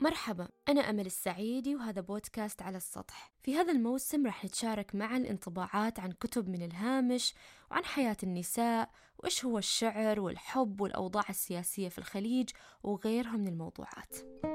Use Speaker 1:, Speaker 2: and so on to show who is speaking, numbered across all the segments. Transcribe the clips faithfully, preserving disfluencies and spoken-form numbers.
Speaker 1: مرحبا، أنا أمل السعيدي وهذا بودكاست على السطح. في هذا الموسم راح نتشارك معا الانطباعات عن كتب من الهامش وعن حياة النساء وإيش هو الشعر والحب والأوضاع السياسية في الخليج وغيرها من الموضوعات.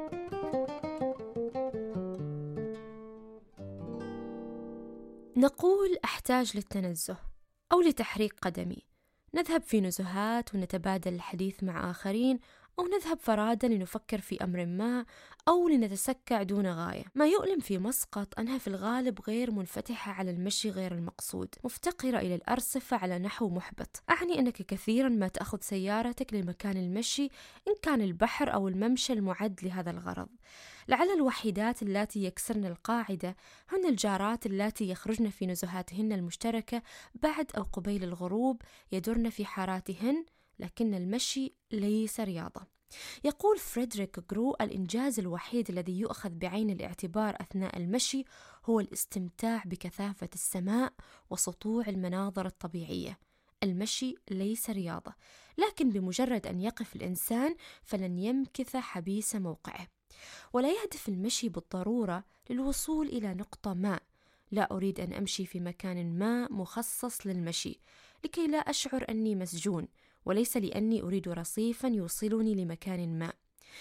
Speaker 1: نقول أحتاج للتنزه أو لتحريك قدمي، نذهب في نزهات ونتبادل الحديث مع آخرين، أو نذهب فرادا لنفكر في أمر ما، أو لنتسكع دون غاية. ما يؤلم في مسقط أنها في الغالب غير منفتحة على المشي غير المقصود، مفتقرة إلى الأرصفة على نحو محبط. أعني أنك كثيرا ما تأخذ سيارتك لمكان المشي، إن كان البحر أو الممشى المعد لهذا الغرض. لعل الوحيدات اللاتي يكسرن القاعدة هن الجارات اللاتي يخرجن في نزهاتهن المشتركة بعد أو قبيل الغروب، يدرن في حاراتهن، لكن المشي ليس رياضة. يقول فريدريك جرو: الإنجاز الوحيد الذي يؤخذ بعين الاعتبار أثناء المشي هو الاستمتاع بكثافة السماء وسطوع المناظر الطبيعية. المشي ليس رياضة، لكن بمجرد أن يقف الإنسان فلن يمكث حبيس موقعه. ولا يهدف المشي بالضرورة للوصول إلى نقطة ما. لا أريد أن أمشي في مكان ما مخصص للمشي لكي لا أشعر أني مسجون، وليس لأني أريد رصيفا يوصلني لمكان ما.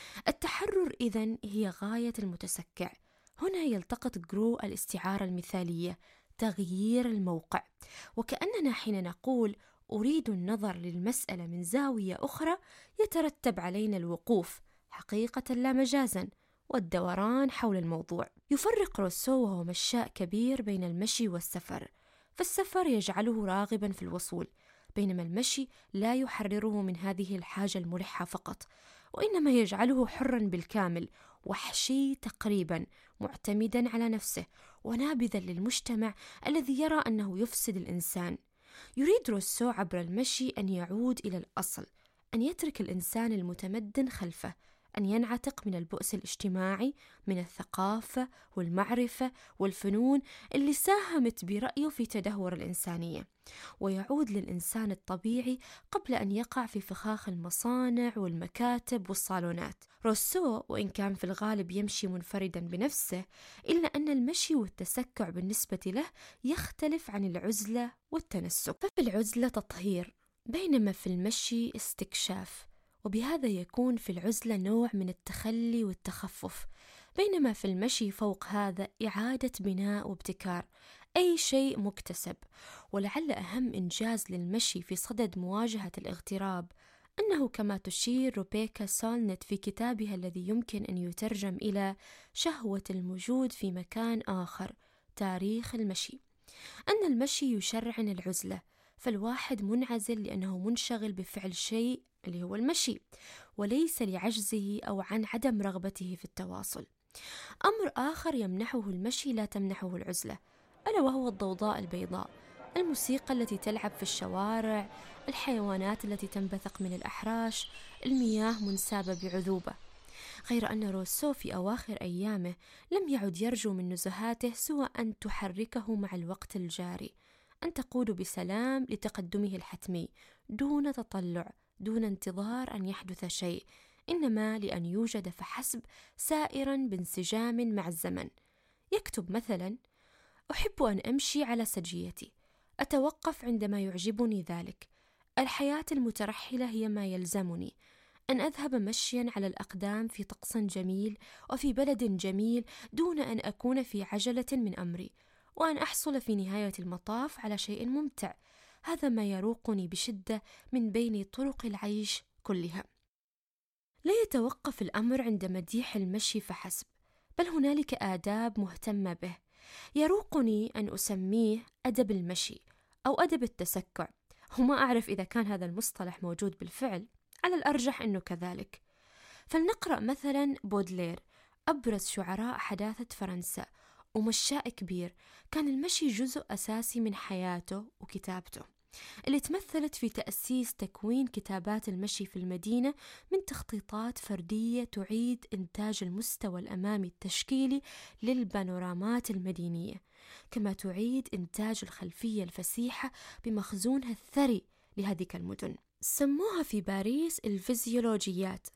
Speaker 1: التحرر إذن هي غاية المتسكع. هنا يلتقط جرو الاستعارة المثالية: تغيير الموقع. وكأننا حين نقول أريد النظر للمسألة من زاوية أخرى، يترتب علينا الوقوف حقيقة لا مجازا والدوران حول الموضوع. يفرق روسو وهو مشاء كبير بين المشي والسفر، فالسفر يجعله راغبا في الوصول، بينما المشي لا يحرره من هذه الحاجة الملحة فقط، وإنما يجعله حرا بالكامل، وحشي تقريبا، معتمدا على نفسه ونابذا للمجتمع الذي يرى أنه يفسد الإنسان. يريد روسو عبر المشي أن يعود إلى الأصل، أن يترك الإنسان المتمدن خلفه، أن ينعتق من البؤس الاجتماعي، من الثقافة والمعرفة والفنون اللي ساهمت برأيه في تدهور الإنسانية، ويعود للإنسان الطبيعي قبل أن يقع في فخاخ المصانع والمكاتب والصالونات. روسو وإن كان في الغالب يمشي منفردا بنفسه، إلا أن المشي والتسكع بالنسبة له يختلف عن العزلة والتنسك. ففي العزلة تطهير، بينما في المشي استكشاف، وبهذا يكون في العزلة نوع من التخلي والتخفف، بينما في المشي فوق هذا إعادة بناء وابتكار، أي شيء مكتسب. ولعل أهم إنجاز للمشي في صدد مواجهة الاغتراب أنه كما تشير روبيكا سولنت في كتابها الذي يمكن أن يترجم إلى شهوة الموجود في مكان آخر، تاريخ المشي، أن المشي يشرعن العزلة، فالواحد منعزل لأنه منشغل بفعل شيء اللي هو المشي، وليس لعجزه أو عن عدم رغبته في التواصل. أمر آخر يمنحه المشي لا تمنحه العزلة، ألا وهو الضوضاء البيضاء، الموسيقى التي تلعب في الشوارع، الحيوانات التي تنبثق من الأحراش، المياه منسابة بعذوبة. غير أن روسو في أواخر أيامه لم يعد يرجو من نزهاته سوى أن تحركه مع الوقت الجاري، أن تقود بسلام لتقدمه الحتمي، دون تطلع، دون انتظار أن يحدث شيء، إنما لأن يوجد فحسب، سائرا بانسجام مع الزمن. يكتب مثلا: أحب أن أمشي على سجيتي، أتوقف عندما يعجبني ذلك. الحياة المترحلة هي ما يلزمني، أن أذهب مشيا على الأقدام في طقس جميل وفي بلد جميل، دون أن أكون في عجلة من أمري، وأن أحصل في نهاية المطاف على شيء ممتع. هذا ما يروقني بشدة من بين طرق العيش كلها. لا يتوقف الأمر عند مديح المشي فحسب، بل هنالك آداب مهتمة به. يروقني أن أسميه أدب المشي أو أدب التسكع، وما أعرف إذا كان هذا المصطلح موجود بالفعل، على الأرجح أنه كذلك. فلنقرأ مثلا بودلير، أبرز شعراء حداثة فرنسا ومشاء كبير، كان المشي جزء أساسي من حياته وكتابته، اللي تمثلت في تأسيس تكوين كتابات المشي في المدينة من تخطيطات فردية تعيد إنتاج المستوى الأمامي التشكيلي للبانورامات المدينية، كما تعيد إنتاج الخلفية الفسيحة بمخزونها الثري لهذه المدن. سموها في باريس الفيزيولوجيات،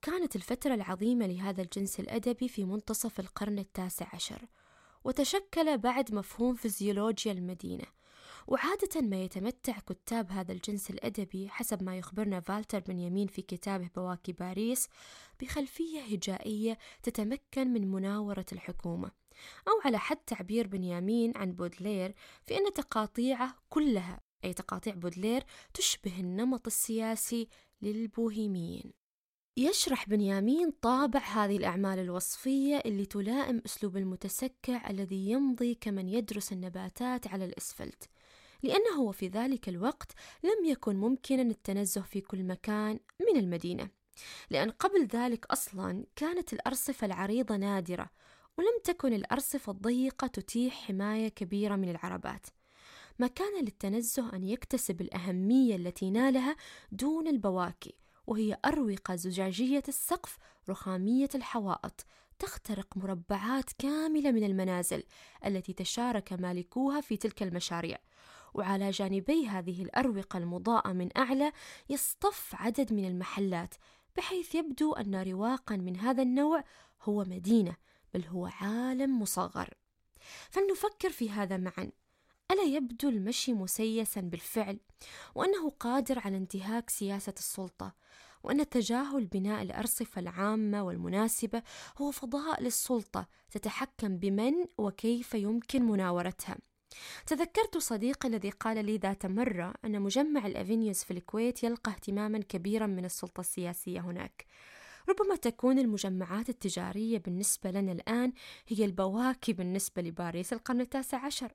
Speaker 1: وكانت الفترة العظيمة لهذا الجنس الأدبي في منتصف القرن التاسع عشر، وتشكل بعد مفهوم فيزيولوجيا المدينة. وعادة ما يتمتع كتاب هذا الجنس الأدبي حسب ما يخبرنا فالتر بنيامين في كتابه بواكي باريس بخلفية هجائية تتمكن من مناورة الحكومة، أو على حد تعبير بنيامين عن بودلير في أن تقاطيعه كلها، أي تقاطيع بودلير، تشبه النمط السياسي للبوهيميين. يشرح بنيامين طابع هذه الأعمال الوصفية اللي تلائم أسلوب المتسكع الذي يمضي كمن يدرس النباتات على الإسفلت، لأنه وفي ذلك الوقت لم يكن ممكنا التنزه في كل مكان من المدينة، لأن قبل ذلك أصلا كانت الأرصفة العريضة نادرة، ولم تكن الأرصفة الضيقة تتيح حماية كبيرة من العربات. ما كان للتنزه أن يكتسب الأهمية التي نالها دون البواكي، وهي أروقة زجاجية السقف رخامية الحوائط تخترق مربعات كاملة من المنازل التي تشارك مالكوها في تلك المشاريع، وعلى جانبي هذه الأروقة المضاءة من أعلى يصطف عدد من المحلات، بحيث يبدو أن رواقا من هذا النوع هو مدينة، بل هو عالم مصغر. فلنفكر في هذا معا. ألا يبدو المشي مسيسا بالفعل، وأنه قادر على انتهاك سياسة السلطة، وأن تجاهل بناء الأرصفة العامة والمناسبة هو فضاء للسلطة تتحكم بمن وكيف يمكن مناورتها. تذكرت صديقي الذي قال لي ذات مرة أن مجمع الأفينيوز في الكويت يلقى اهتماما كبيرا من السلطة السياسية هناك. ربما تكون المجمعات التجارية بالنسبة لنا الآن هي البواكي بالنسبة لباريس القرن التاسع عشر.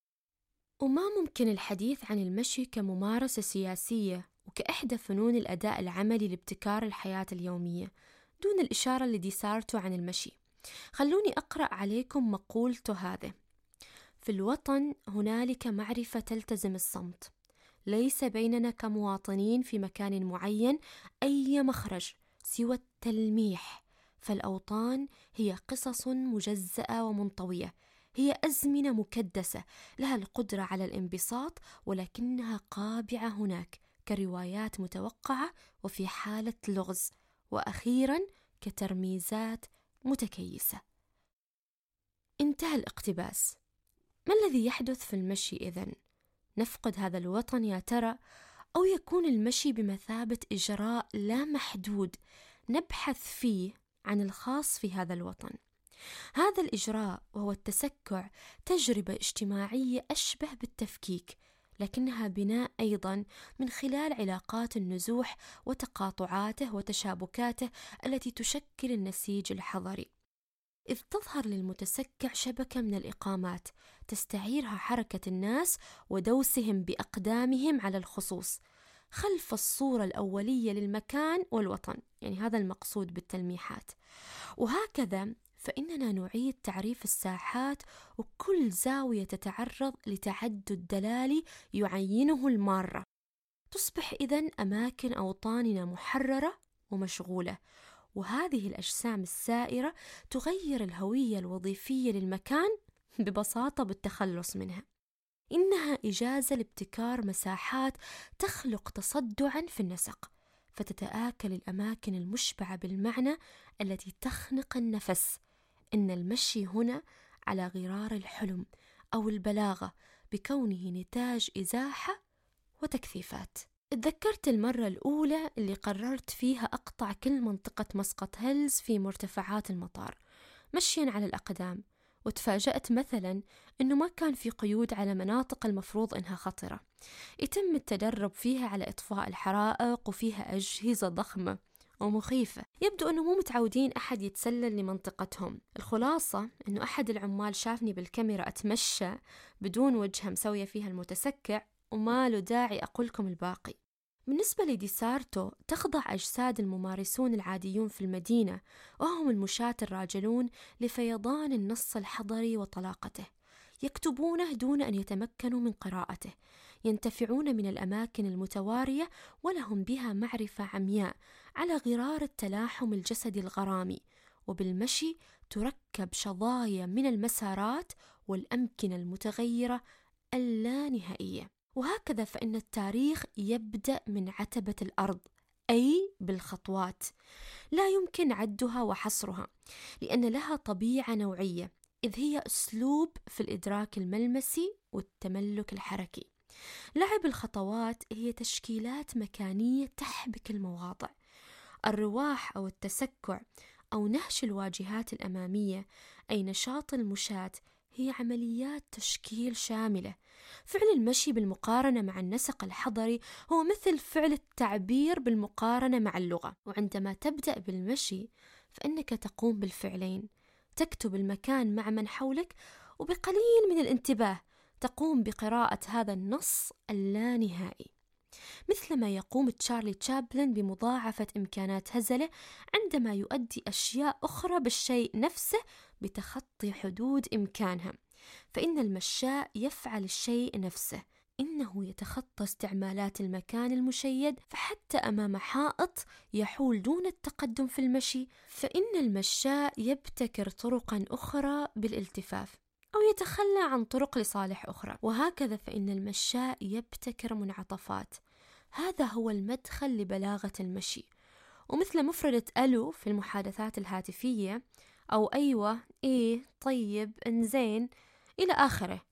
Speaker 1: وما ممكن الحديث عن المشي كممارسة سياسية وكإحدى فنون الأداء العملي لابتكار الحياة اليومية دون الإشارة لديسارتو عن المشي. خلوني أقرأ عليكم مقولته هذه: في الوطن هنالك معرفة تلتزم الصمت، ليس بيننا كمواطنين في مكان معين أي مخرج سوى التلميح، فالأوطان هي قصص مجزأة ومنطوية، هي أزمنة مكدسة لها القدرة على الانبساط، ولكنها قابعة هناك كروايات متوقعة وفي حالة لغز، وأخيرا كترميزات متكيسة. انتهى الاقتباس. ما الذي يحدث في المشي إذن؟ نفقد هذا الوطن يا ترى، أو يكون المشي بمثابة إجراء لا محدود نبحث فيه عن الخاص في هذا الوطن؟ هذا الإجراء وهو التسكع تجربة اجتماعية أشبه بالتفكيك، لكنها بناء أيضا من خلال علاقات النزوح وتقاطعاته وتشابكاته التي تشكل النسيج الحضري، إذ تظهر للمتسكع شبكة من الإقامات تستعيرها حركة الناس ودوسهم بأقدامهم على الخصوص خلف الصورة الأولية للمكان والوطن، يعني هذا المقصود بالتلميحات. وهكذا فإننا نعيد تعريف الساحات، وكل زاوية تتعرض لتعدد دلالي يعينه المارة. تصبح إذن أماكن أوطاننا محررة ومشغولة، وهذه الأجسام السائرة تغير الهوية الوظيفية للمكان ببساطة بالتخلص منها. إنها إجازة لابتكار مساحات تخلق تصدعا في النسق، فتتآكل الأماكن المشبعة بالمعنى التي تخنق النفس. إن المشي هنا على غرار الحلم أو البلاغة، بكونه نتاج إزاحة وتكثيفات. اتذكرت المرة الأولى اللي قررت فيها أقطع كل منطقة مسقط هيلز في مرتفعات المطار مشيا على الأقدام، وتفاجأت مثلا أنه ما كان في قيود على مناطق المفروض أنها خطرة، يتم التدرب فيها على إطفاء الحرائق، وفيها أجهزة ضخمة ومخيفة، يبدو أنه مو متعودين أحد يتسلل لمنطقتهم. الخلاصة أنه أحد العمال شافني بالكاميرا أتمشى بدون وجهة مسوية فيها المتسكع، وما له داعي أقولكم الباقي. بالنسبة لديسارتو تخضع أجساد الممارسون العاديون في المدينة، وهم المشاة الراجلون، لفيضان النص الحضري وطلاقته. يكتبونه دون أن يتمكنوا من قراءته، ينتفعون من الأماكن المتوارية ولهم بها معرفة عمياء على غرار التلاحم الجسدي الغرامي، وبالمشي تركب شظايا من المسارات والأمكنة المتغيرة اللانهائية. وهكذا فإن التاريخ يبدأ من عتبة الأرض أي بالخطوات لا يمكن عدها وحصرها، لأن لها طبيعة نوعية، إذ هي أسلوب في الإدراك الملمسي والتملك الحركي. لعب الخطوات هي تشكيلات مكانية تحبك المواضع. الرواح أو التسكع أو نهش الواجهات الأمامية أي نشاط المشاة هي عمليات تشكيل شاملة. فعل المشي بالمقارنة مع النسق الحضري هو مثل فعل التعبير بالمقارنة مع اللغة. وعندما تبدأ بالمشي فإنك تقوم بالفعلين، تكتب المكان مع من حولك، وبقليل من الانتباه تقوم بقراءة هذا النص اللانهائي، مثلما يقوم تشارلي تشابلن بمضاعفة إمكانات هزله عندما يؤدي أشياء أخرى بالشيء نفسه بتخطي حدود إمكانها. فإن المشاء يفعل الشيء نفسه، إنه يتخطى استعمالات المكان المشيد، فحتى أمام حائط يحول دون التقدم في المشي، فإن المشاء يبتكر طرقا أخرى بالالتفاف أو يتخلى عن طرق لصالح أخرى، وهكذا فإن المشاء يبتكر منعطفات. هذا هو المدخل لبلاغة المشي. ومثل مفردة ألو في المحادثات الهاتفية، أو أيوة، إيه، طيب، إنزين، إلى آخره،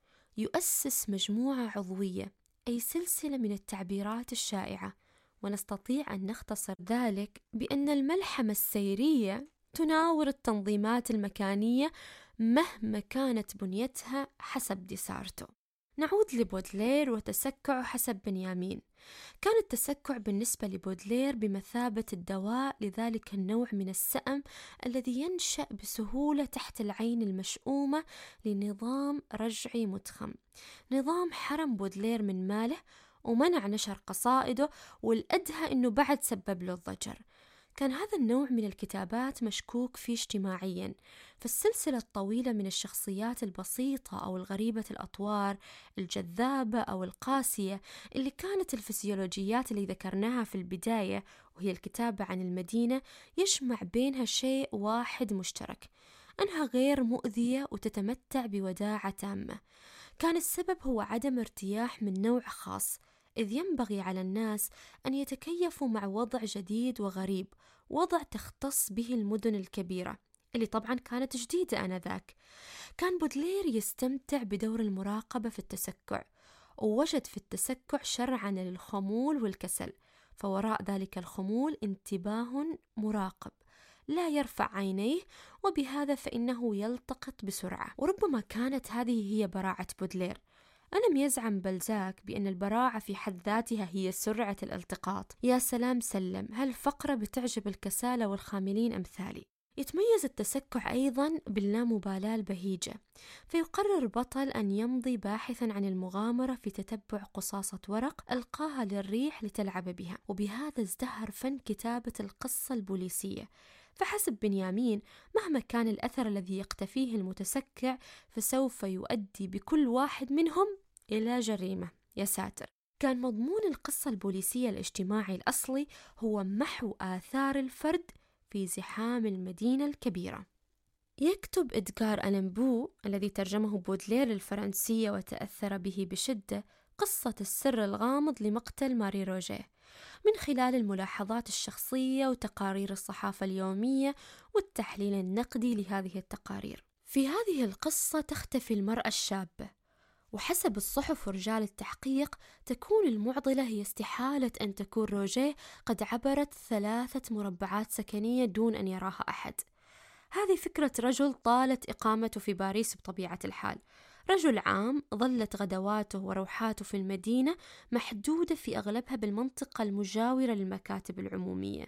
Speaker 1: يؤسس مجموعة عضوية، أي سلسلة من التعبيرات الشائعة. ونستطيع أن نختصر ذلك بأن الملحمة السيرية تناور التنظيمات المكانية مهما كانت بنيتها حسب ديسارتو. نعود لبودلير وتسكع حسب بنيامين. كان التسكع بالنسبة لبودلير بمثابة الدواء لذلك النوع من السأم الذي ينشأ بسهولة تحت العين المشؤومة لنظام رجعي متخم، نظام حرم بودلير من ماله ومنع نشر قصائده، والأدهى أنه بعد سبب له الضجر. كان هذا النوع من الكتابات مشكوك فيه اجتماعيا، فالسلسلة الطويلة من الشخصيات البسيطة أو الغريبة الأطوار، الجذابة أو القاسية، اللي كانت الفسيولوجيات اللي ذكرناها في البداية وهي الكتابة عن المدينة، يجمع بينها شيء واحد مشترك، أنها غير مؤذية وتتمتع بوداعة تامة. كان السبب هو عدم ارتياح من نوع خاص، إذ ينبغي على الناس أن يتكيفوا مع وضع جديد وغريب، وضع تختص به المدن الكبيرة اللي طبعا كانت جديدة آنذاك. كان بودلير يستمتع بدور المراقبة في التسكع، ووجد في التسكع شرعا للخمول والكسل، فوراء ذلك الخمول انتباه مراقب لا يرفع عينيه، وبهذا فإنه يلتقط بسرعة. وربما كانت هذه هي براعة بودلير. ألم يزعم بلزاك بأن البراعة في حد ذاتها هي سرعة الالتقاط؟ يا سلام سلم، هالفقرة بتعجب الكسالى والخاملين أمثالي. يتميز التسكع أيضا باللامبالاة البهيجة، فيقرر البطل أن يمضي باحثا عن المغامرة في تتبع قصاصة ورق ألقاها للريح لتلعب بها، وبهذا ازدهر فن كتابة القصة البوليسية. فحسب بنيامين مهما كان الأثر الذي يقتفيه المتسكع فسوف يؤدي بكل واحد منهم إلى جريمة. يا ساتر. كان مضمون القصة البوليسية الاجتماعي الأصلي هو محو آثار الفرد في زحام المدينة الكبيرة. يكتب إدغار ألان بو الذي ترجمه بودلير الفرنسية وتأثر به بشدة قصة السر الغامض لمقتل ماري روجيه من خلال الملاحظات الشخصية وتقارير الصحافة اليومية والتحليل النقدي لهذه التقارير. في هذه القصة تختفي المرأة الشابة، وحسب الصحف ورجال التحقيق تكون المعضلة هي استحالة أن تكون روجيه قد عبرت ثلاثة مربعات سكنية دون أن يراها أحد. هذه فكرة رجل طالت إقامته في باريس بطبيعة الحال، رجل عام ظلت غدواته وروحاته في المدينة محدودة في أغلبها بالمنطقة المجاورة للمكاتب العمومية.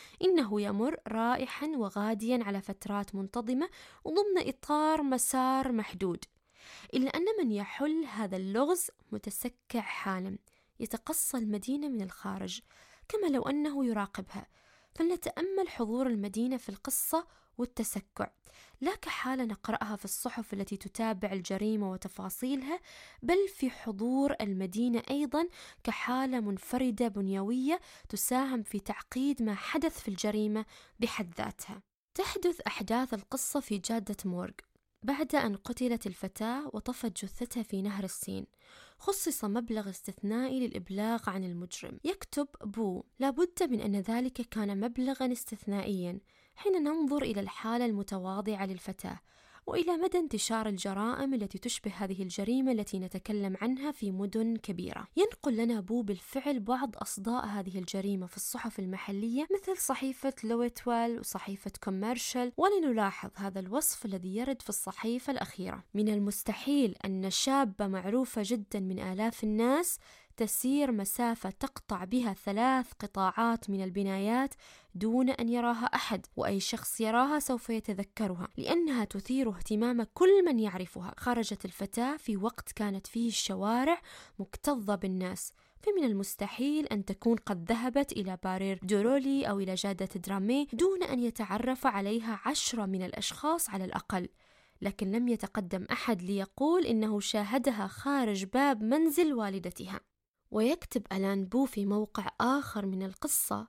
Speaker 1: إنه يمر رائحا وغاديا على فترات منتظمة وضمن إطار مسار محدود، إلا أن من يحل هذا اللغز متسكع حالا يتقصى المدينة من الخارج كما لو أنه يراقبها. فلنتأمل حضور المدينة في القصة والتسكع لا كحالة نقرأها في الصحف التي تتابع الجريمة وتفاصيلها، بل في حضور المدينة أيضا كحالة منفردة بنيوية تساهم في تعقيد ما حدث في الجريمة بحد ذاتها. تحدث أحداث القصة في جادة مورغ بعد أن قتلت الفتاة وطفت جثتها في نهر السين، خصص مبلغ استثنائي للإبلاغ عن المجرم. يكتب بو: لابد من أن ذلك كان مبلغا استثنائيا حين ننظر إلى الحالة المتواضعة للفتاة وإلى مدى انتشار الجرائم التي تشبه هذه الجريمة التي نتكلم عنها في مدن كبيرة. ينقل لنا بو بالفعل بعض أصداء هذه الجريمة في الصحف المحلية مثل صحيفة لويتوال وصحيفة كوميرشال، ولنلاحظ هذا الوصف الذي يرد في الصحيفة الأخيرة: من المستحيل أن شابة معروفة جدا من آلاف الناس تسير مسافة تقطع بها ثلاث قطاعات من البنايات دون أن يراها أحد، وأي شخص يراها سوف يتذكرها لأنها تثير اهتمام كل من يعرفها. خرجت الفتاة في وقت كانت فيه الشوارع مكتظة بالناس، فمن المستحيل أن تكون قد ذهبت إلى بارير دورولي أو إلى جادة درامي دون أن يتعرف عليها عشرة من الأشخاص على الأقل. لكن لم يتقدم أحد ليقول إنه شاهدها خارج باب منزل والدتها. ويكتب ألان بو في موقع آخر من القصة: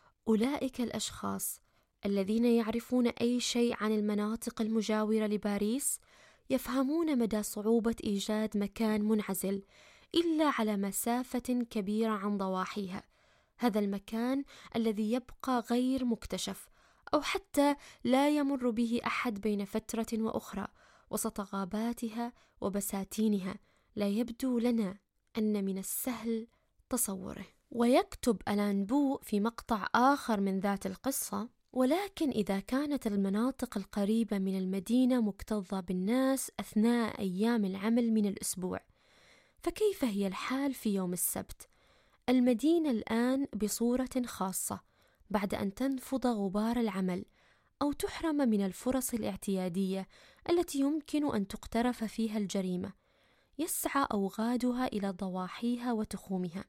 Speaker 1: أولئك الأشخاص الذين يعرفون أي شيء عن المناطق المجاورة لباريس يفهمون مدى صعوبة إيجاد مكان منعزل إلا على مسافة كبيرة عن ضواحيها. هذا المكان الذي يبقى غير مكتشف أو حتى لا يمر به أحد بين فترة وأخرى وسط غاباتها وبساتينها لا يبدو لنا أن من السهل تصوره. ويكتب ألان بو في مقطع آخر من ذات القصة: ولكن إذا كانت المناطق القريبة من المدينة مكتظة بالناس أثناء أيام العمل من الأسبوع، فكيف هي الحال في يوم السبت؟ المدينة الآن بصورة خاصة بعد أن تنفض غبار العمل أو تحرم من الفرص الاعتيادية التي يمكن أن تقترف فيها الجريمة، يسعى أوغادها إلى ضواحيها وتخومها،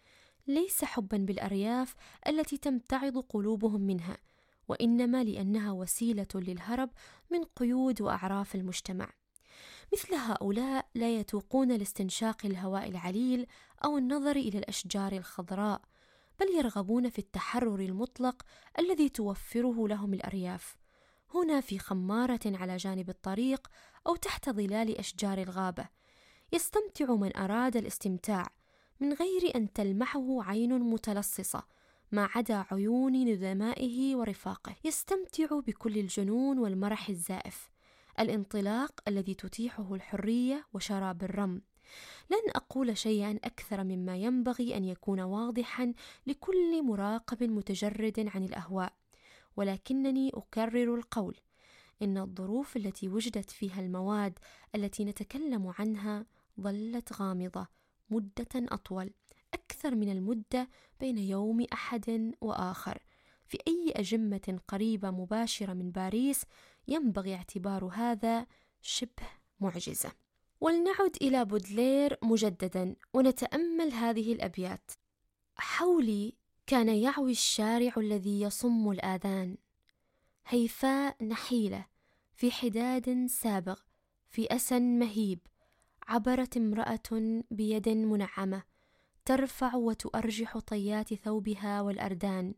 Speaker 1: ليس حبا بالأرياف التي تمتعض قلوبهم منها، وإنما لأنها وسيلة للهرب من قيود وأعراف المجتمع. مثل هؤلاء لا يتوقون لاستنشاق الهواء العليل أو النظر إلى الأشجار الخضراء، بل يرغبون في التحرر المطلق الذي توفره لهم الأرياف، هنا في خمارة على جانب الطريق أو تحت ظلال أشجار الغابة. يستمتع من أراد الاستمتاع من غير أن تلمحه عين متلصصة ما عدا عيون ندمائه ورفاقه. يستمتع بكل الجنون والمرح الزائف، الانطلاق الذي تتيحه الحرية وشراب الرم. لن أقول شيئا أكثر مما ينبغي أن يكون واضحا لكل مراقب متجرد عن الأهواء، ولكنني أكرر القول: إن الظروف التي وجدت فيها المواد التي نتكلم عنها ظلت غامضة مدة أطول، أكثر من المدة بين يوم أحد وآخر، في أي أجمة قريبة مباشرة من باريس ينبغي اعتبار هذا شبه معجزة. ولنعد إلى بودلير مجددا ونتأمل هذه الأبيات: حولي كان يعوي الشارع الذي يصم الآذان، هيفاء نحيلة في حداد سابغ، في أسى مهيب عبرت امرأة بيد منعمة ترفع وتؤرجح طيات ثوبها والأردان،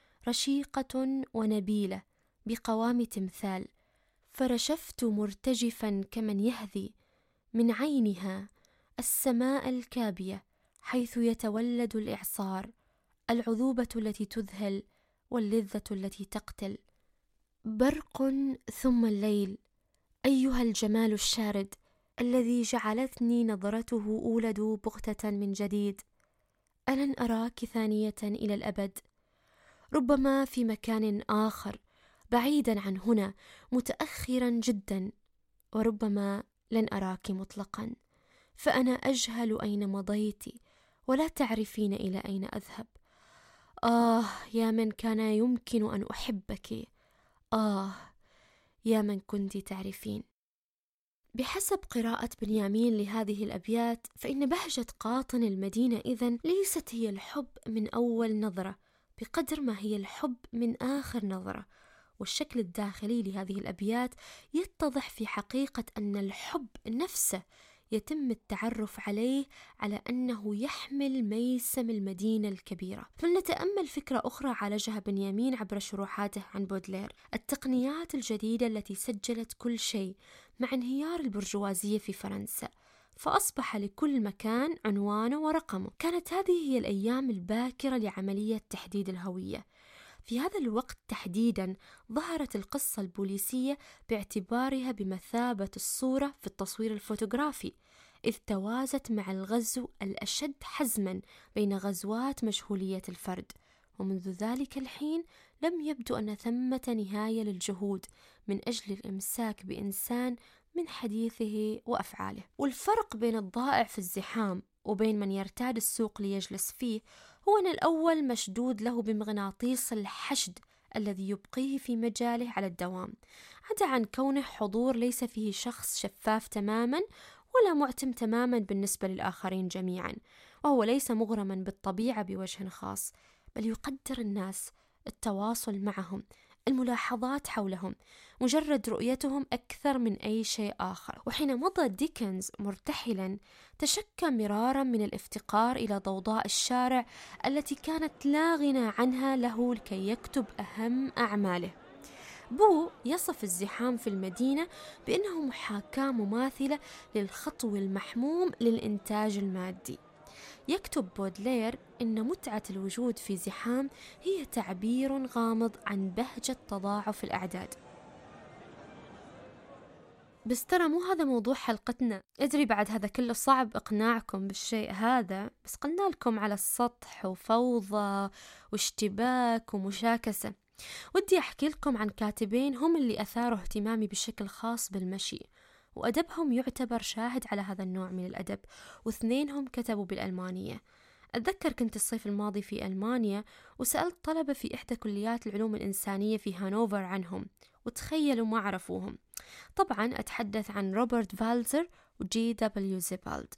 Speaker 1: رشيقة ونبيلة بقوام تمثال، فرشفت مرتجفا كمن يهذي من عينها السماء الكابية حيث يتولد الإعصار، العذوبة التي تذهل واللذة التي تقتل. برق ثم الليل، أيها الجمال الشارد الذي جعلتني نظرته أولد بغتة من جديد. ألن أراك ثانية إلى الأبد؟ ربما في مكان آخر بعيدا عن هنا متأخرا جدا، وربما لن أراك مطلقا، فأنا أجهل أين مضيت ولا تعرفين إلى أين أذهب. آه يا من كان يمكن أن أحبك، آه يا من كنت تعرفين. بحسب قراءة بنيامين لهذه الأبيات، فإن بهجة قاطن المدينة إذن ليست هي الحب من أول نظرة بقدر ما هي الحب من آخر نظرة. والشكل الداخلي لهذه الأبيات يتضح في حقيقة أن الحب نفسه يتم التعرف عليه على أنه يحمل ميسم المدينة الكبيرة. فلنتأمل فكرة أخرى عالجها بنيامين عبر شروحاته عن بودلير: التقنيات الجديدة التي سجلت كل شيء مع انهيار البرجوازية في فرنسا، فأصبح لكل مكان عنوانه ورقمه. كانت هذه هي الأيام الباكرة لعملية تحديد الهوية. في هذا الوقت تحديدا ظهرت القصة البوليسية باعتبارها بمثابة الصورة في التصوير الفوتوغرافي، إذ توازت مع الغزو الأشد حزما بين غزوات مجهولية الفرد. ومنذ ذلك الحين لم يبدو أن ثمة نهاية للجهود من أجل الإمساك بإنسان من حديثه وأفعاله. والفرق بين الضائع في الزحام وبين من يرتاد السوق ليجلس فيه هو أن الأول مشدود له بمغناطيس الحشد الذي يبقيه في مجاله على الدوام، عدا عن كونه حضور ليس فيه شخص شفاف تماما ولا معتم تماما بالنسبة للآخرين جميعا، وهو ليس مغرما بالطبيعة بوجه خاص، بل يقدر الناس، التواصل معهم، الملاحظات حولهم، مجرد رؤيتهم أكثر من أي شيء آخر. وحين مضى ديكنز مرتحلا تشكى مرارا من الافتقار إلى ضوضاء الشارع التي كانت لا غنى عنها له لكي يكتب أهم أعماله. بو يصف الزحام في المدينة بأنه محاكاة مماثلة للخطو المحموم للإنتاج المادي. يكتب بودلير إن متعة الوجود في زحام هي تعبير غامض عن بهجة تضاعف الأعداد. بس ترى مو هذا موضوع حلقتنا. أدري بعد هذا كله صعب إقناعكم بالشيء هذا، بس قلنا لكم على السطح وفوضى واشتباك ومشاكسة. ودي أحكي لكم عن كاتبين هم اللي أثاروا اهتمامي بشكل خاص بالمشي، وأدبهم يعتبر شاهد على هذا النوع من الأدب، واثنينهم كتبوا بالألمانية. أتذكر كنت الصيف الماضي في ألمانيا وسألت طلبة في إحدى كليات العلوم الإنسانية في هانوفر عنهم، وتخيلوا ما عرفوهم. طبعا أتحدث عن روبرت فالزر وجي دبليو زيبالد.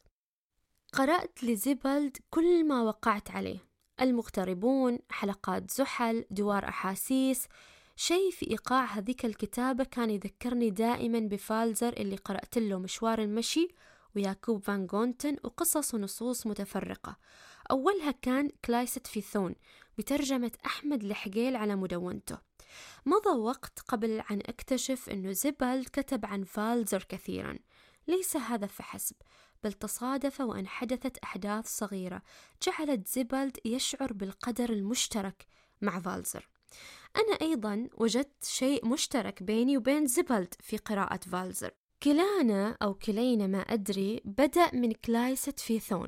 Speaker 1: قرأت لزيبالد كل ما وقعت عليه: المغتربون، حلقات زحل، دوار أحاسيس. شيء في إيقاع هذيك الكتابة كان يذكرني دائما بفالزر اللي قرأت له مشوار المشي وياكوب فان غونتن وقصص ونصوص متفرقة. أولها كان كلايست في ثون بترجمة أحمد لحقيل على مدونته. مضى وقت قبل أن أكتشف أنه زيبالد كتب عن فالزر كثيرا. ليس هذا فحسب، بل تصادف وأن حدثت أحداث صغيرة جعلت زيبالد يشعر بالقدر المشترك مع فالزر. أنا أيضا وجدت شيء مشترك بيني وبين زيبالد في قراءة فالزر. كلانا أو كلينا ما أدري بدأ من كلايست في ثون،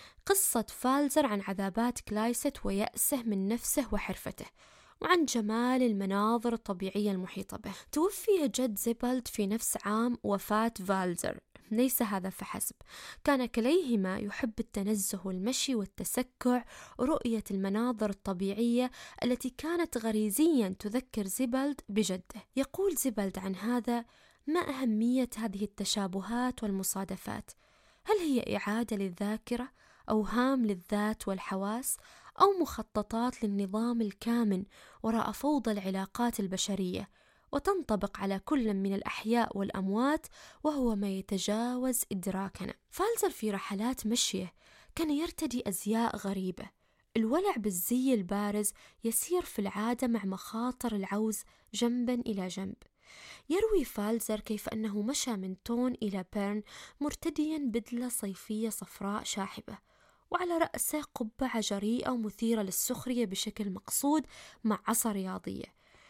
Speaker 1: قصة فالزر عن عذابات كلايست ويأسه من نفسه وحرفته، وعن جمال المناظر الطبيعية المحيطة به. توفي جد زيبالد في نفس عام وفاة فالزر. ليس هذا فحسب، كان كليهما يحب التنزه والمشي والتسكع ورؤية المناظر الطبيعية التي كانت غريزيا تذكر زيبالد بجده. يقول زيبالد عن هذا: ما أهمية هذه التشابهات والمصادفات؟ هل هي إعادة للذاكرة، أوهام للذات والحواس، أو مخططات للنظام الكامن وراء فوضى العلاقات البشرية، وتنطبق على كل من الأحياء والأموات وهو ما يتجاوز إدراكنا؟ فالزر في رحلات مشيه كان يرتدي أزياء غريبة. الولع بالزي البارز يسير في العادة مع مخاطر العوز جنبا إلى جنب. يروي فالزر كيف أنه مشى من تون إلى بيرن مرتديا بدلة صيفية صفراء شاحبة، وعلى رأسه قبعة جريئة ومثيرة للسخرية بشكل مقصود مع عصا رياضية،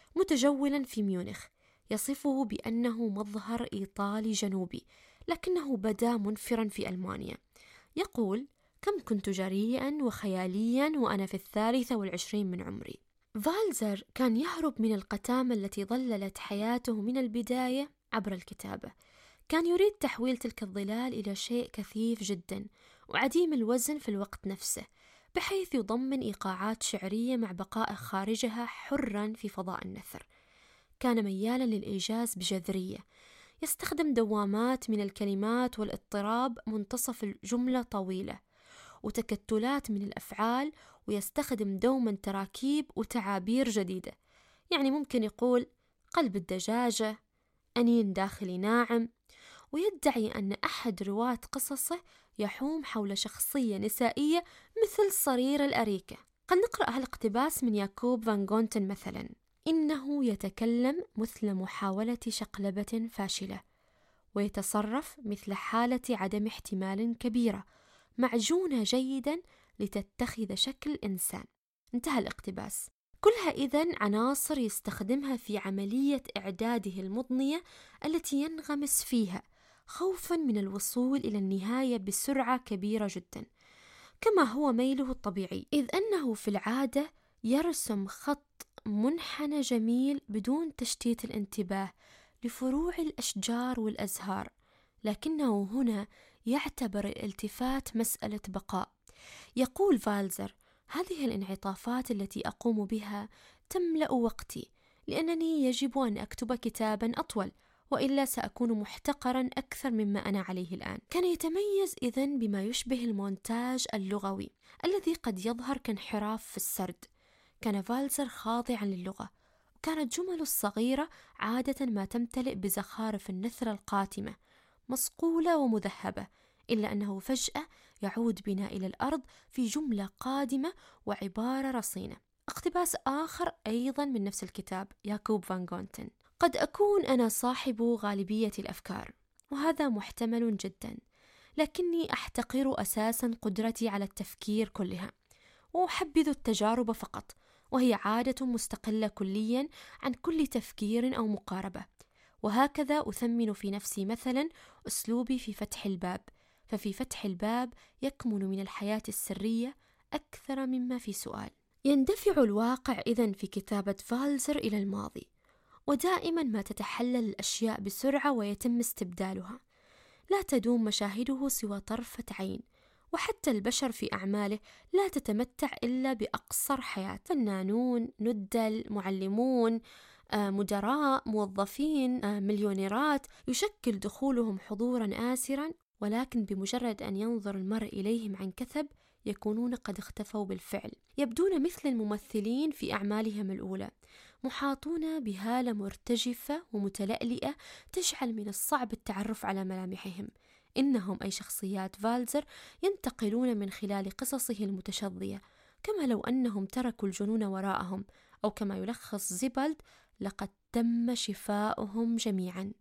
Speaker 1: متجولا في ميونخ، يصفه بأنه مظهر إيطالي جنوبي، لكنه بدا منفرا في ألمانيا. يقول: كم كنت جريئا وخياليا وأنا في الثالثة والعشرين من عمري. فالزر كان يهرب من القتامة التي ظللت حياته من البداية عبر الكتابة. كان يريد تحويل تلك الظلال إلى شيء كثيف جدا وعديم الوزن في الوقت نفسه، بحيث يضمن إيقاعات شعرية مع بقائه خارجها حرا في فضاء النثر. كان ميالا للإيجاز بجذرية، يستخدم دوامات من الكلمات والاضطراب منتصف الجملة طويلة، وتكتلات من الأفعال، ويستخدم دوما تراكيب وتعابير جديدة. يعني ممكن يقول قلب الدجاجة، أنين داخلي ناعم، ويدعي أن أحد رواة قصصه يحوم حول شخصية نسائية مثل صرير الأريكة. قد نقرأ هالاقتباس من ياكوب فان غونتن مثلا: إنه يتكلم مثل محاولة شقلبة فاشلة، ويتصرف مثل حالة عدم احتمال كبيرة معجونة جيدا لتتخذ شكل إنسان. انتهى الاقتباس. كلها إذن عناصر يستخدمها في عملية إعداده المضنية التي ينغمس فيها خوفا من الوصول إلى النهاية بسرعة كبيرة جدا، كما هو ميله الطبيعي، إذ أنه في العادة يرسم خط منحنى جميل بدون تشتيت الانتباه لفروع الأشجار والأزهار، لكنه هنا يعتبر الالتفات مسألة بقاء. يقول فالزر: هذه الانعطافات التي أقوم بها تملأ وقتي، لأنني يجب أن أكتب كتابا أطول، وإلا سأكون محتقرا أكثر مما أنا عليه الآن. كان يتميز إذن بما يشبه المونتاج اللغوي الذي قد يظهر كانحراف في السرد. كان فالزر خاضعا للغة، وكانت جمل الصغيرة عادة ما تمتلئ بزخارف النثر القاتمة، مصقولة ومذهبة، إلا أنه فجأة يعود بنا إلى الأرض في جملة قادمة وعبارة رصينة. اقتباس آخر أيضا من نفس الكتاب، ياكوب فان غونتن: قد أكون أنا صاحب غالبية الأفكار، وهذا محتمل جدا، لكني أحتقر أساسا قدرتي على التفكير كلها، وأحبذ التجارب فقط، وهي عادة مستقلة كليا عن كل تفكير أو مقاربة. وهكذا أثمن في نفسي مثلا أسلوبي في فتح الباب، ففي فتح الباب يكمن من الحياة السرية أكثر مما في سؤال. يندفع الواقع إذن في كتابة فالزر إلى الماضي، ودائما ما تتحلل الأشياء بسرعة ويتم استبدالها، لا تدوم مشاهده سوى طرفة عين، وحتى البشر في أعماله لا تتمتع إلا بأقصر حياة. فنانون، ندل، معلمون، مدراء، موظفين، مليونيرات، يشكل دخولهم حضورا آسرا، ولكن بمجرد أن ينظر المرء إليهم عن كثب يكونون قد اختفوا بالفعل. يبدون مثل الممثلين في أعمالهم الأولى، محاطون بهالة مرتجفة ومتلألئة تجعل من الصعب التعرف على ملامحهم. إنهم أي شخصيات فالزر ينتقلون من خلال قصصه المتشظية، كما لو أنهم تركوا الجنون وراءهم، أو كما يلخص زيبالد: لقد تم شفاؤهم جميعا.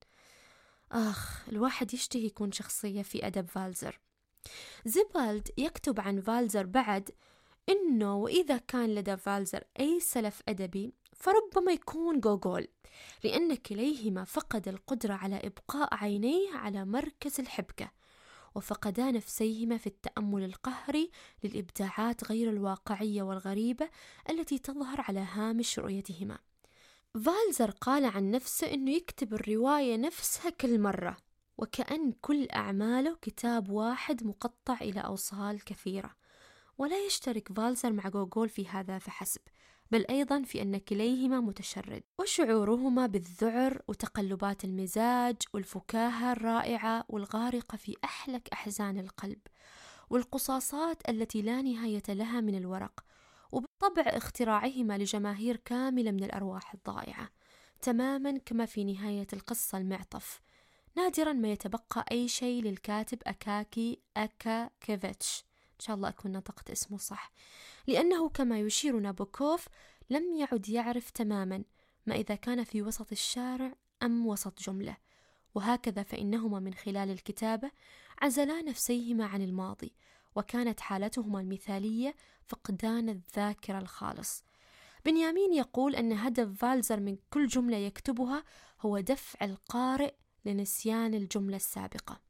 Speaker 1: آخ، الواحد يشتهي يكون شخصية في أدب فالزر. زيبالد يكتب عن فالزر بعد إنه وإذا كان لدى فالزر أي سلف أدبي فربما يكون غوغول، لأن كليهما فقد القدرة على إبقاء عينيه على مركز الحبكة، وفقدا نفسيهما في التأمل القهري للإبداعات غير الواقعية والغريبة التي تظهر على هامش رؤيتهما. فالزر قال عن نفسه إنه يكتب الرواية نفسها كل مرة، وكأن كل أعماله كتاب واحد مقطع إلى أوصال كثيرة. ولا يشترك فالزر مع غوغول في هذا فحسب، بل أيضا في أن كليهما متشرد، وشعورهما بالذعر وتقلبات المزاج والفكاهة الرائعة والغارقة في أحلك أحزان القلب، والقصاصات التي لا نهاية لها من الورق، وبالطبع اختراعهما لجماهير كاملة من الأرواح الضائعة، تماما كما في نهاية القصة المعطف. نادرا ما يتبقى أي شيء للكاتب أكاكي أكاكيفيتش، إن شاء الله أكون نطقت اسمه صح، لأنه كما يشير نابوكوف لم يعد يعرف تماما ما إذا كان في وسط الشارع أم وسط جملة. وهكذا فإنهما من خلال الكتابة عزلا نفسيهما عن الماضي، وكانت حالتهما المثالية فقدان الذاكرة الخالص. بنيامين يقول أن هدف فالزر من كل جملة يكتبها هو دفع القارئ لنسيان الجملة السابقة.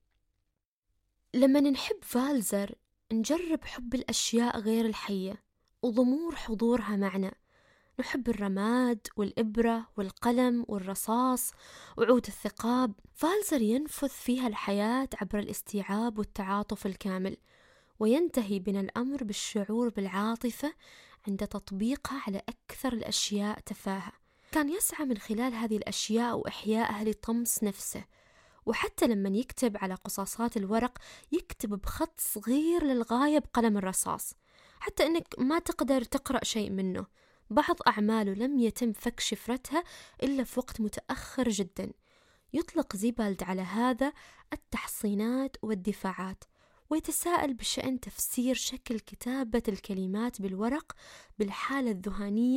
Speaker 1: لما نحب فالزر نجرب حب الأشياء غير الحية وضمور حضورها معنا. نحب الرماد والإبرة والقلم والرصاص وعود الثقاب. فالزر ينفذ فيها الحياة عبر الاستيعاب والتعاطف الكامل، وينتهي بنا الأمر بالشعور بالعاطفة عند تطبيقها على أكثر الأشياء تفاهة. كان يسعى من خلال هذه الأشياء وإحيائها لطمس نفسه، وحتى لما يكتب على قصاصات الورق يكتب بخط صغير للغاية بقلم الرصاص، حتى أنك ما تقدر تقرأ شيء منه. بعض أعماله لم يتم فك شفرتها إلا في وقت متأخر جدا. يطلق زيبالد على هذا التحصينات والدفاعات، ويتساءل بشأن تفسير شكل كتابة الكلمات بالورق بالحالة الذهانية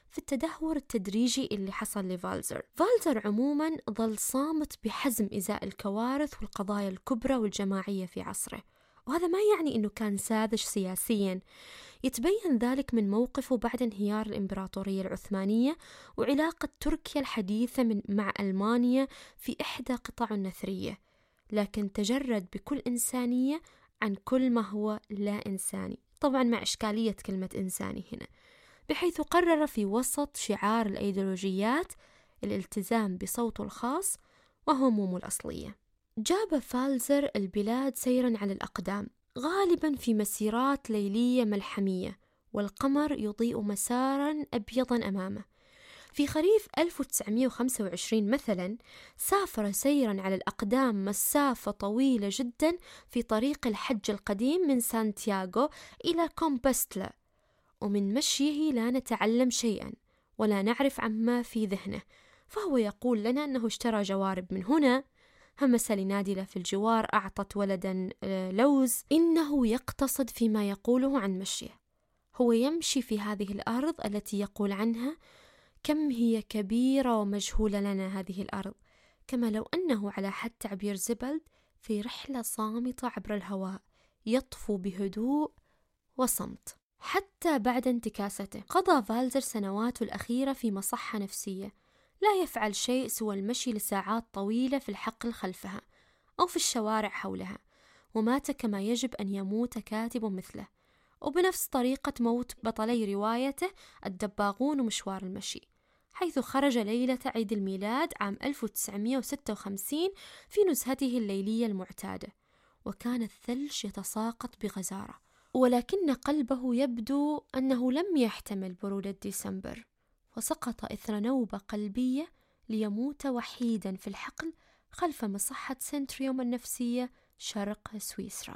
Speaker 1: في التدهور التدريجي اللي حصل لفالزر. فالزر عموما ظل صامت بحزم إزاء الكوارث والقضايا الكبرى والجماعية في عصره، وهذا ما يعني أنه كان ساذج سياسيا. يتبين ذلك من موقفه بعد انهيار الإمبراطورية العثمانية وعلاقة تركيا الحديثة من مع ألمانيا في إحدى قطع النثرية، لكن تجرد بكل إنسانية عن كل ما هو لا إنساني، طبعا مع إشكالية كلمة إنساني هنا، بحيث قرر في وسط شعار الأيديولوجيات الالتزام بصوته الخاص وهمومه الأصلية. جاب فالزر البلاد سيرا على الأقدام، غالبا في مسيرات ليلية ملحمية، والقمر يضيء مسارا أبيضا أمامه. في خريف ألف وتسعمائة وخمسة وعشرين مثلا سافر سيرا على الأقدام مسافة طويلة جدا في طريق الحج القديم من سانتياغو إلى كومبوستلا، ومن مشيه لا نتعلم شيئا ولا نعرف عما في ذهنه، فهو يقول لنا أنه اشترى جوارب من هنا، همس لنادلة في الجوار أعطت ولدا لوز. إنه يقتصد فيما يقوله عن مشيه. هو يمشي في هذه الأرض التي يقول عنها كم هي كبيرة ومجهولة لنا هذه الأرض، كما لو أنه على حد تعبير زيبلد في رحلة صامتة عبر الهواء يطفو بهدوء وصمت. حتى بعد انتكاسته قضى فالزر سنواته الأخيرة في مصحة نفسية، لا يفعل شيء سوى المشي لساعات طويلة في الحقل خلفها أو في الشوارع حولها، ومات كما يجب أن يموت كاتب مثله، وبنفس طريقة موت بطلي روايته الدباغون ومشوار المشي، حيث خرج ليلة عيد الميلاد عام ألف وتسعمائة وستة وخمسين في نزهته الليلية المعتادة، وكان الثلج يتساقط بغزارة، ولكن قلبه يبدو أنه لم يحتمل برودة ديسمبر، وسقط إثر نوبة قلبية ليموت وحيدا في الحقل خلف مصحة سنتريوم النفسية شرق سويسرا.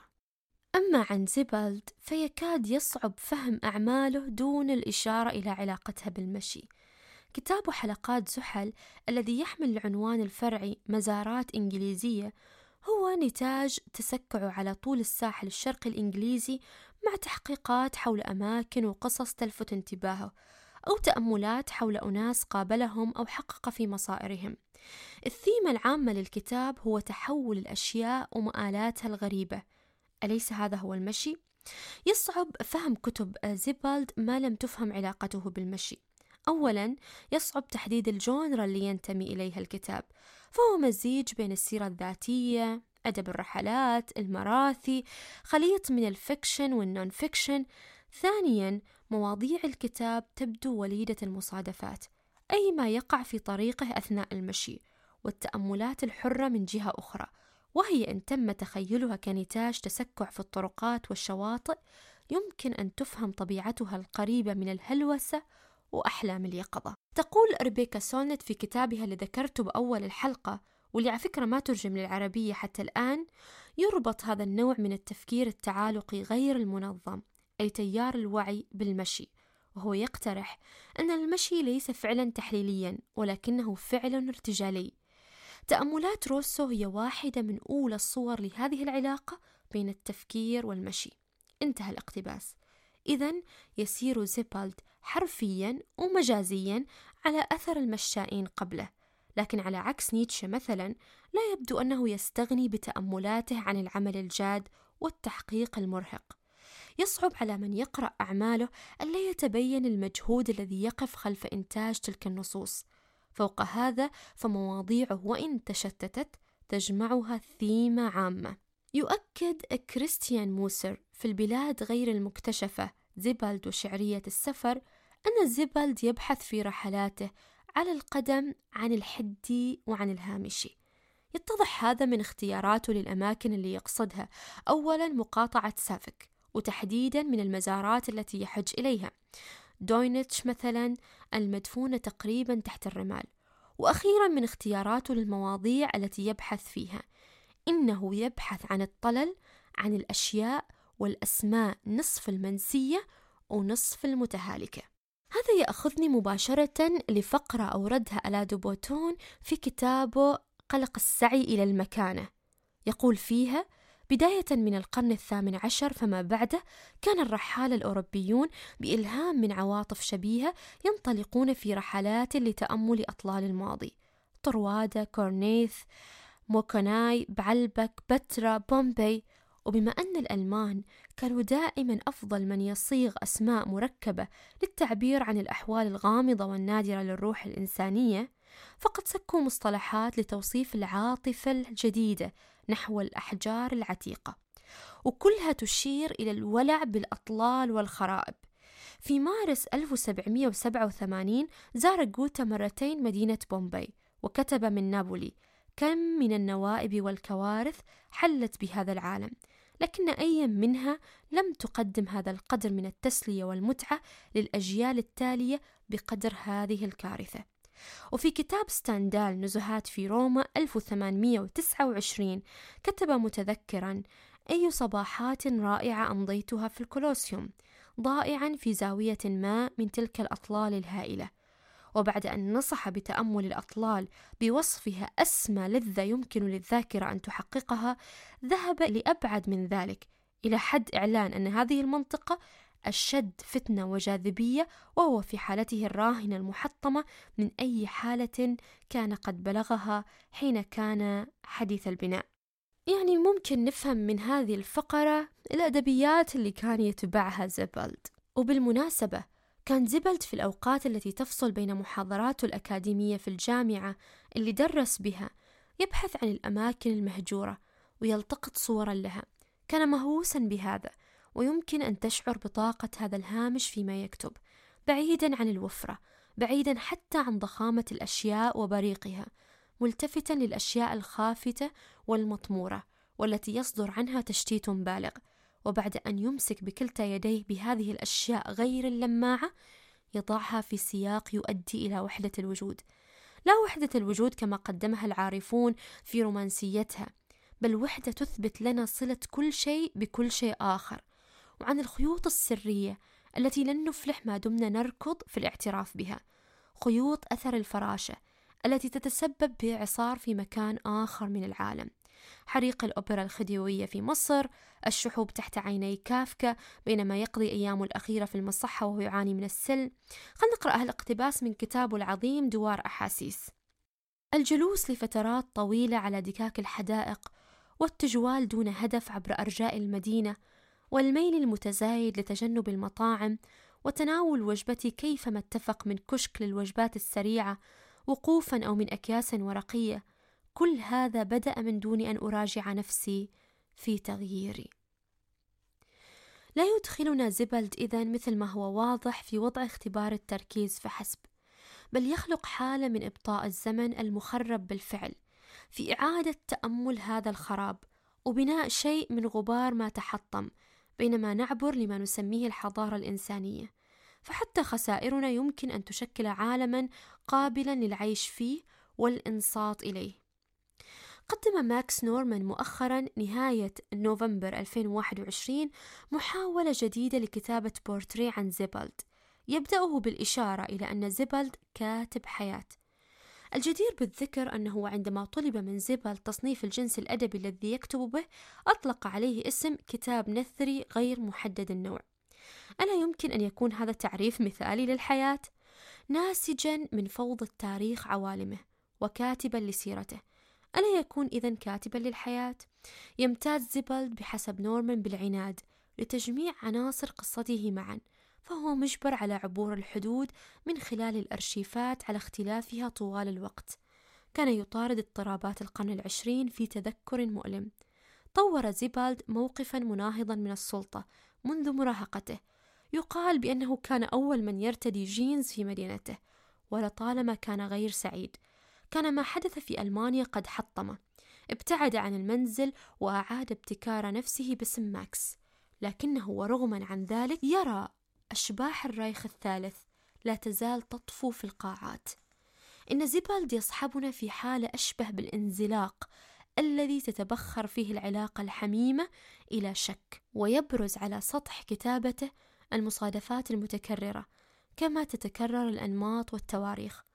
Speaker 1: أما عن زيبلد فيكاد يصعب فهم أعماله دون الإشارة إلى علاقتها بالمشي. كتاب حلقات زحل الذي يحمل العنوان الفرعي مزارات إنجليزية هو نتاج تسكعه على طول الساحل الشرقي الإنجليزي مع تحقيقات حول أماكن وقصص تلفت انتباهه، أو تأملات حول أناس قابلهم أو حقق في مصائرهم. الثيمة العامة للكتاب هو تحول الأشياء ومآلاتها الغريبة. أليس هذا هو المشي؟ يصعب فهم كتب زيبلد ما لم تفهم علاقته بالمشي. أولا يصعب تحديد الجونرا اللي ينتمي إليها الكتاب، فهو مزيج بين السيرة الذاتية، أدب الرحلات، المراثي، خليط من الفيكشن والنون فيكشن. ثانيا مواضيع الكتاب تبدو وليدة المصادفات، أي ما يقع في طريقه أثناء المشي، والتأملات الحرة من جهة أخرى، وهي إن تم تخيلها كنتاج تسكع في الطرقات والشواطئ يمكن أن تفهم طبيعتها القريبة من الهلوسة وأحلام اليقظة. تقول ريبيكا سولنت في كتابها اللي ذكرته بأول الحلقة، واللي على فكرة ما ترجم للعربية حتى الآن، يربط هذا النوع من التفكير التعالقي غير المنظم، أي تيار الوعي، بالمشي، وهو يقترح أن المشي ليس فعلا تحليليا ولكنه فعل ارتجالي. تأملات روسو هي واحدة من أولى الصور لهذه العلاقة بين التفكير والمشي. انتهى الاقتباس. إذن يسير زيبلد حرفيا ومجازيا على أثر المشائين قبله، لكن على عكس نيتشه مثلا لا يبدو أنه يستغني بتأملاته عن العمل الجاد والتحقيق المرهق. يصعب على من يقرأ أعماله ألا يتبين المجهود الذي يقف خلف إنتاج تلك النصوص. فوق هذا فمواضيعه وإن تشتتت تجمعها ثيمة عامة. يؤكد كريستيان موسر في البلاد غير المكتشفة زيبلد وشعرية السفر أن زيبلد يبحث في رحلاته على القدم عن الحدي وعن الهامشي. يتضح هذا من اختياراته للأماكن اللي يقصدها. أولا مقاطعة سافك، وتحديدا من المزارات التي يحج إليها، دوينتش مثلا المدفونة تقريبا تحت الرمال. وأخيرا من اختياراته للمواضيع التي يبحث فيها، إنه يبحث عن الطلل، عن الأشياء والأسماء نصف المنسية ونصف المتهالكة. هذا يأخذني مباشرة لفقرة أوردها ألا دوبوتون في كتابه قلق السعي إلى المكانة. يقول فيها: بداية من القرن الثامن عشر فما بعده كان الرحالة الأوروبيون بإلهام من عواطف شبيهة ينطلقون في رحلات لتأمل أطلال الماضي: طروادة، كورنيث، موكوناي، بعلبك، بترا، بومبي. وبما أن الألمان كانوا دائما أفضل من يصيغ أسماء مركبة للتعبير عن الأحوال الغامضة والنادرة للروح الإنسانية، فقد سكوا مصطلحات لتوصيف العاطفة الجديدة نحو الأحجار العتيقة، وكلها تشير إلى الولع بالأطلال والخرائب. في مارس ألف وسبعمائة وسبعة وثمانين زار غوتا مرتين مدينة بومبي، وكتب من نابولي: كم من النوائب والكوارث حلت بهذا العالم، لكن أي منها لم تقدم هذا القدر من التسلية والمتعة للأجيال التالية بقدر هذه الكارثة. وفي كتاب ستاندال نزهات في روما ألف وثمانمائة وتسعة وعشرين كتب متذكرا: أي صباحات رائعة أمضيتها في الكولوسيوم، ضائعا في زاوية ما من تلك الأطلال الهائلة. وبعد أن نصح بتأمل الأطلال بوصفها أسمى لذة يمكن للذاكرة أن تحققها، ذهب لأبعد من ذلك، إلى حد إعلان أن هذه المنطقة أشد فتنة وجاذبية، وهو في حالته الراهنة المحطمة من أي حالة كان قد بلغها حين كان حديث البناء. يعني ممكن نفهم من هذه الفقرة الأدبيات اللي كان يتبعها زيبالد. وبالمناسبة كان زيبالد في الأوقات التي تفصل بين محاضراته الأكاديمية في الجامعة اللي درس بها يبحث عن الأماكن المهجورة ويلتقط صورا لها. كان مهووسا بهذا، ويمكن أن تشعر بطاقة هذا الهامش فيما يكتب، بعيدا عن الوفرة، بعيدا حتى عن ضخامة الأشياء وبريقها، ملتفتا للأشياء الخافتة والمطمورة والتي يصدر عنها تشتيت بالغ. وبعد أن يمسك بكلتا يديه بهذه الأشياء غير اللماعة، يضعها في سياق يؤدي إلى وحدة الوجود، لا وحدة الوجود كما قدمها العارفون في رومانسيتها، بل وحدة تثبت لنا صلة كل شيء بكل شيء آخر، وعن الخيوط السرية التي لن نفلح ما دمنا نركض في الاعتراف بها، خيوط أثر الفراشة التي تتسبب بإعصار في مكان آخر من العالم، حريق الأوبرا الخديوية في مصر، الشحوب تحت عيني كافكا بينما يقضي أيامه الأخيرة في المصحة وهو يعاني من السل. خلينا نقرأ هالاقتباس من كتابه العظيم دوار أحاسيس: الجلوس لفترات طويلة على دكاك الحدائق، والتجوال دون هدف عبر أرجاء المدينة، والميل المتزايد لتجنب المطاعم، وتناول وجبتي كيفما اتفق من كشك للوجبات السريعة، وقوفا أو من أكياس ورقية، كل هذا بدأ من دون أن أراجع نفسي في تغييري. لا يدخلنا زيبالد إذن مثل ما هو واضح في وضع اختبار التركيز فحسب، بل يخلق حالة من إبطاء الزمن المخرب بالفعل في إعادة تأمل هذا الخراب وبناء شيء من غبار ما تحطم بينما نعبر لما نسميه الحضارة الإنسانية. فحتى خسائرنا يمكن أن تشكل عالما قابلا للعيش فيه والإنصات إليه. قدم ماكس نورمان مؤخرا نهاية نوفمبر ألفين وواحد وعشرين محاولة جديدة لكتابة بورتريه عن زيبالد، يبدأه بالإشارة إلى أن زيبالد كاتب حياة. الجدير بالذكر أنه عندما طلب من زيبالد تصنيف الجنس الأدبي الذي يكتب به، أطلق عليه اسم كتاب نثري غير محدد النوع. ألا يمكن أن يكون هذا تعريف مثالي للحياة؟ ناسجا من فوضى التاريخ عوالمه وكاتبا لسيرته، ألا يكون إذن كاتبا للحياة؟ يمتاز زيبالد بحسب نورمان بالعناد لتجميع عناصر قصته معا، فهو مجبر على عبور الحدود من خلال الأرشيفات على اختلافها طوال الوقت. كان يطارد اضطرابات القرن العشرين في تذكر مؤلم. طور زيبالد موقفا مناهضا من السلطة منذ مراهقته، يقال بأنه كان أول من يرتدي جينز في مدينته، ولطالما كان غير سعيد. كان ما حدث في ألمانيا قد حطمه، ابتعد عن المنزل وأعاد ابتكار نفسه باسم ماكس، لكنه ورغما عن ذلك يرى أشباح الرايخ الثالث لا تزال تطفو في القاعات. إن زيبالد يصحبنا في حالة أشبه بالانزلاق الذي تتبخر فيه العلاقة الحميمة إلى شك، ويبرز على سطح كتابته المصادفات المتكررة كما تتكرر الأنماط والتواريخ.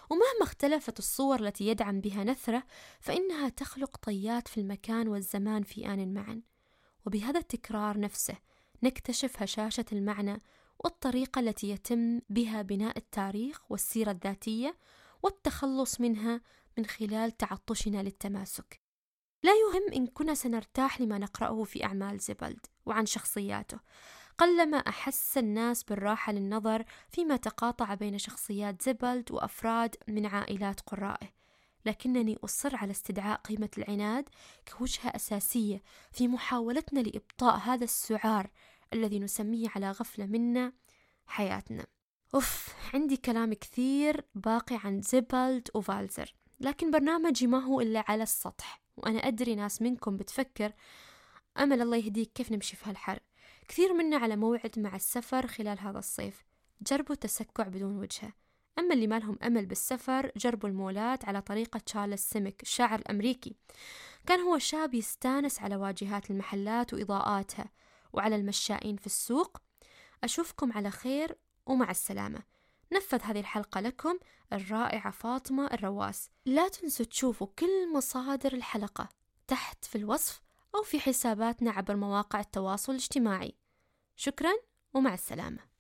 Speaker 1: ومهما اختلفت الصور التي يدعم بها نثره فإنها تخلق طيات في المكان والزمان في آن معا. وبهذا التكرار نفسه نكتشف هشاشة المعنى والطريقة التي يتم بها بناء التاريخ والسيرة الذاتية والتخلص منها من خلال تعطشنا للتماسك. لا يهم إن كنا سنرتاح لما نقرأه في أعمال زيبلد وعن شخصياته، قلما أحس الناس بالراحة للنظر فيما تقاطع بين شخصيات زيبلد وأفراد من عائلات قرائه، لكنني أصر على استدعاء قيمة العناد كوجهة أساسية في محاولتنا لإبطاء هذا السعار الذي نسميه على غفلة منا حياتنا. أوف، عندي كلام كثير باقي عن زيبلد وفالزر، لكن برنامجي ما هو إلا على السطح، وأنا أدري ناس منكم بتفكر أمل الله يهديك كيف نمشي في هالحر. كثير منا على موعد مع السفر خلال هذا الصيف، جربوا التسكع بدون وجهة. أما اللي ما لهم أمل بالسفر جربوا المولات على طريقة تشارلز سيمك الشاعر الأمريكي. كان هو شاب يستانس على واجهات المحلات وإضاءاتها وعلى المشائين في السوق. أشوفكم على خير ومع السلامة. نفذ هذه الحلقة لكم الرائعة فاطمة الرواس. لا تنسوا تشوفوا كل مصادر الحلقة تحت في الوصف أو في حساباتنا عبر مواقع التواصل الاجتماعي. شكرا ومع السلامة.